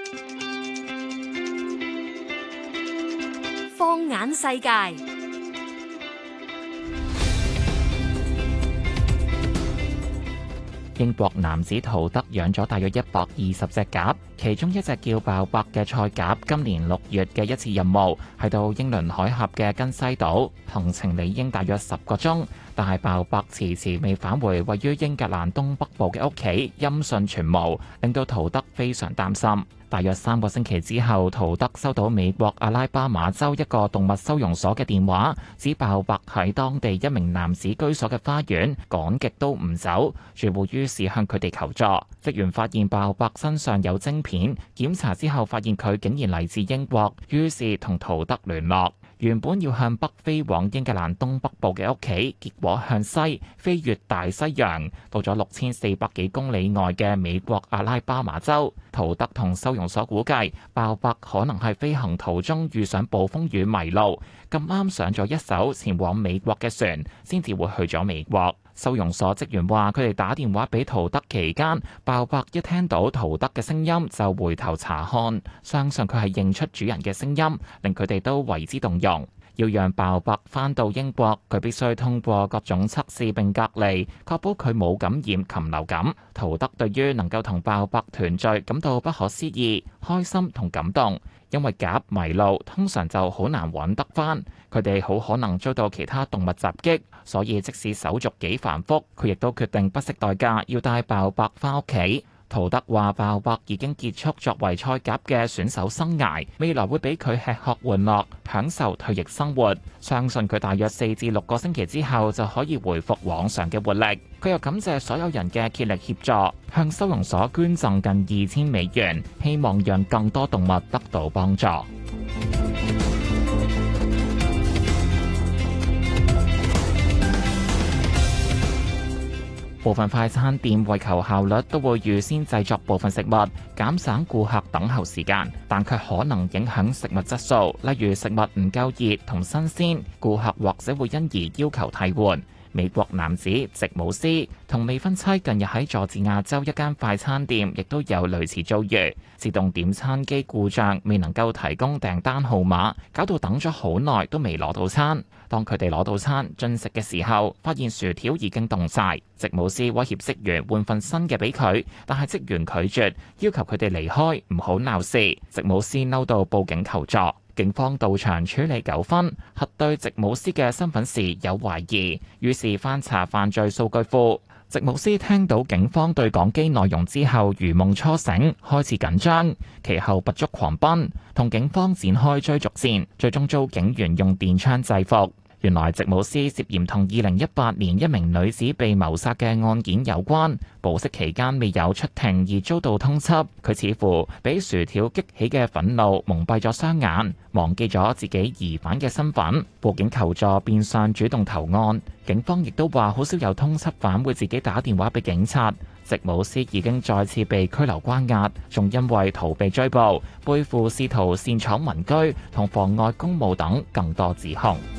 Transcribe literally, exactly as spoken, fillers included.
放眼世界。 英國男子圖德養咗大約一百二十隻鴿，其中一隻叫鮑伯嘅賽鴿，今年六月嘅一次任務係到英倫海峽嘅根西島，行程理應大約十個鐘，但係鮑伯遲遲未返回位於英格蘭東北部嘅屋企，音訊全無，令到圖德非常擔心。大約三個星期之後，圖德收到美國阿拉巴馬州一個動物收容所嘅電話，指鮑伯喺當地一名男子居所嘅花園趕極都唔走，住戶於是向佢哋求助。職員發現鮑伯身上有晶片，檢查之後發現佢竟然嚟自英國，於是同圖德聯絡。原本要向北飛往英格蘭東北部嘅屋企，結果向西飛越大西洋，到咗六千四百幾公里外嘅美國阿拉巴馬州。圖德同收容所估計，鮑伯可能係飛行途中遇上暴風雨迷路，咁啱上咗一艘前往美國嘅船，先至會去咗美國。收容所職員話，佢哋打電話俾圖德期間，鮑伯一聽到圖德嘅聲音就回頭查看，相信佢係認出主人嘅聲音，令佢哋都為之動容。要讓鮑伯返到英國，佢必須通過各種測試並隔離，確保佢冇感染禽流感。圖德對於能夠同鮑伯團聚感到不可思議、開心同感動，因為鴿迷路通常就好難揾得返，佢哋好可能遭到其他動物襲擊，所以即使手續幾繁複，佢亦都決定不惜代價要帶鮑伯返屋企。圖德話鮑伯已經結束作為賽鴿嘅選手生涯，未來會俾佢吃喝玩樂，享受退役生活。相信佢大約四至六個星期之後就可以回復往常嘅活力。佢又感謝所有人嘅竭力協助，向收容所捐贈近二千美元，希望讓更多動物得到幫助。部分快餐店為求效率，都會預先製作部分食物，減省顧客等候時間，但卻可能影響食物質素，例如食物唔夠熱同新鮮，顧客或者會因而要求替換。美國男子席姆斯同未婚妻近日喺佐治亞州一間快餐店亦都有類似遭遇，自動點餐機故障，未能夠提供訂單號碼，搞到等咗好耐都未攞到餐。當佢哋攞到餐進食嘅時候，發現薯條已經凍晒。席姆斯威脅職員換份新嘅俾佢，但係職員拒絕，要求佢哋離開，唔好鬧事。席姆斯嬲到報警求助。警方到場處理糾紛，核對席姆斯嘅身份時有懷疑，於是翻查犯罪數據庫。席姆斯聽到警方對講機內容之後，如夢初醒，開始緊張，其後拔足狂奔，同警方展開追逐戰，最終遭警員用電槍制服。原來席姆斯涉嫌同二零一八年一名女子被謀殺嘅案件有關，保釋期間未有出庭而遭到通緝。佢似乎俾薯條激起嘅憤怒蒙蔽咗雙眼，忘記咗自己疑犯嘅身份。報警求助變相主動投案，警方亦都話好少有通緝犯會自己打電話俾警察。席姆斯已經再次被拘留關押，仲因為逃避追捕，背負試圖擅闖民居同妨礙公務等更多指控。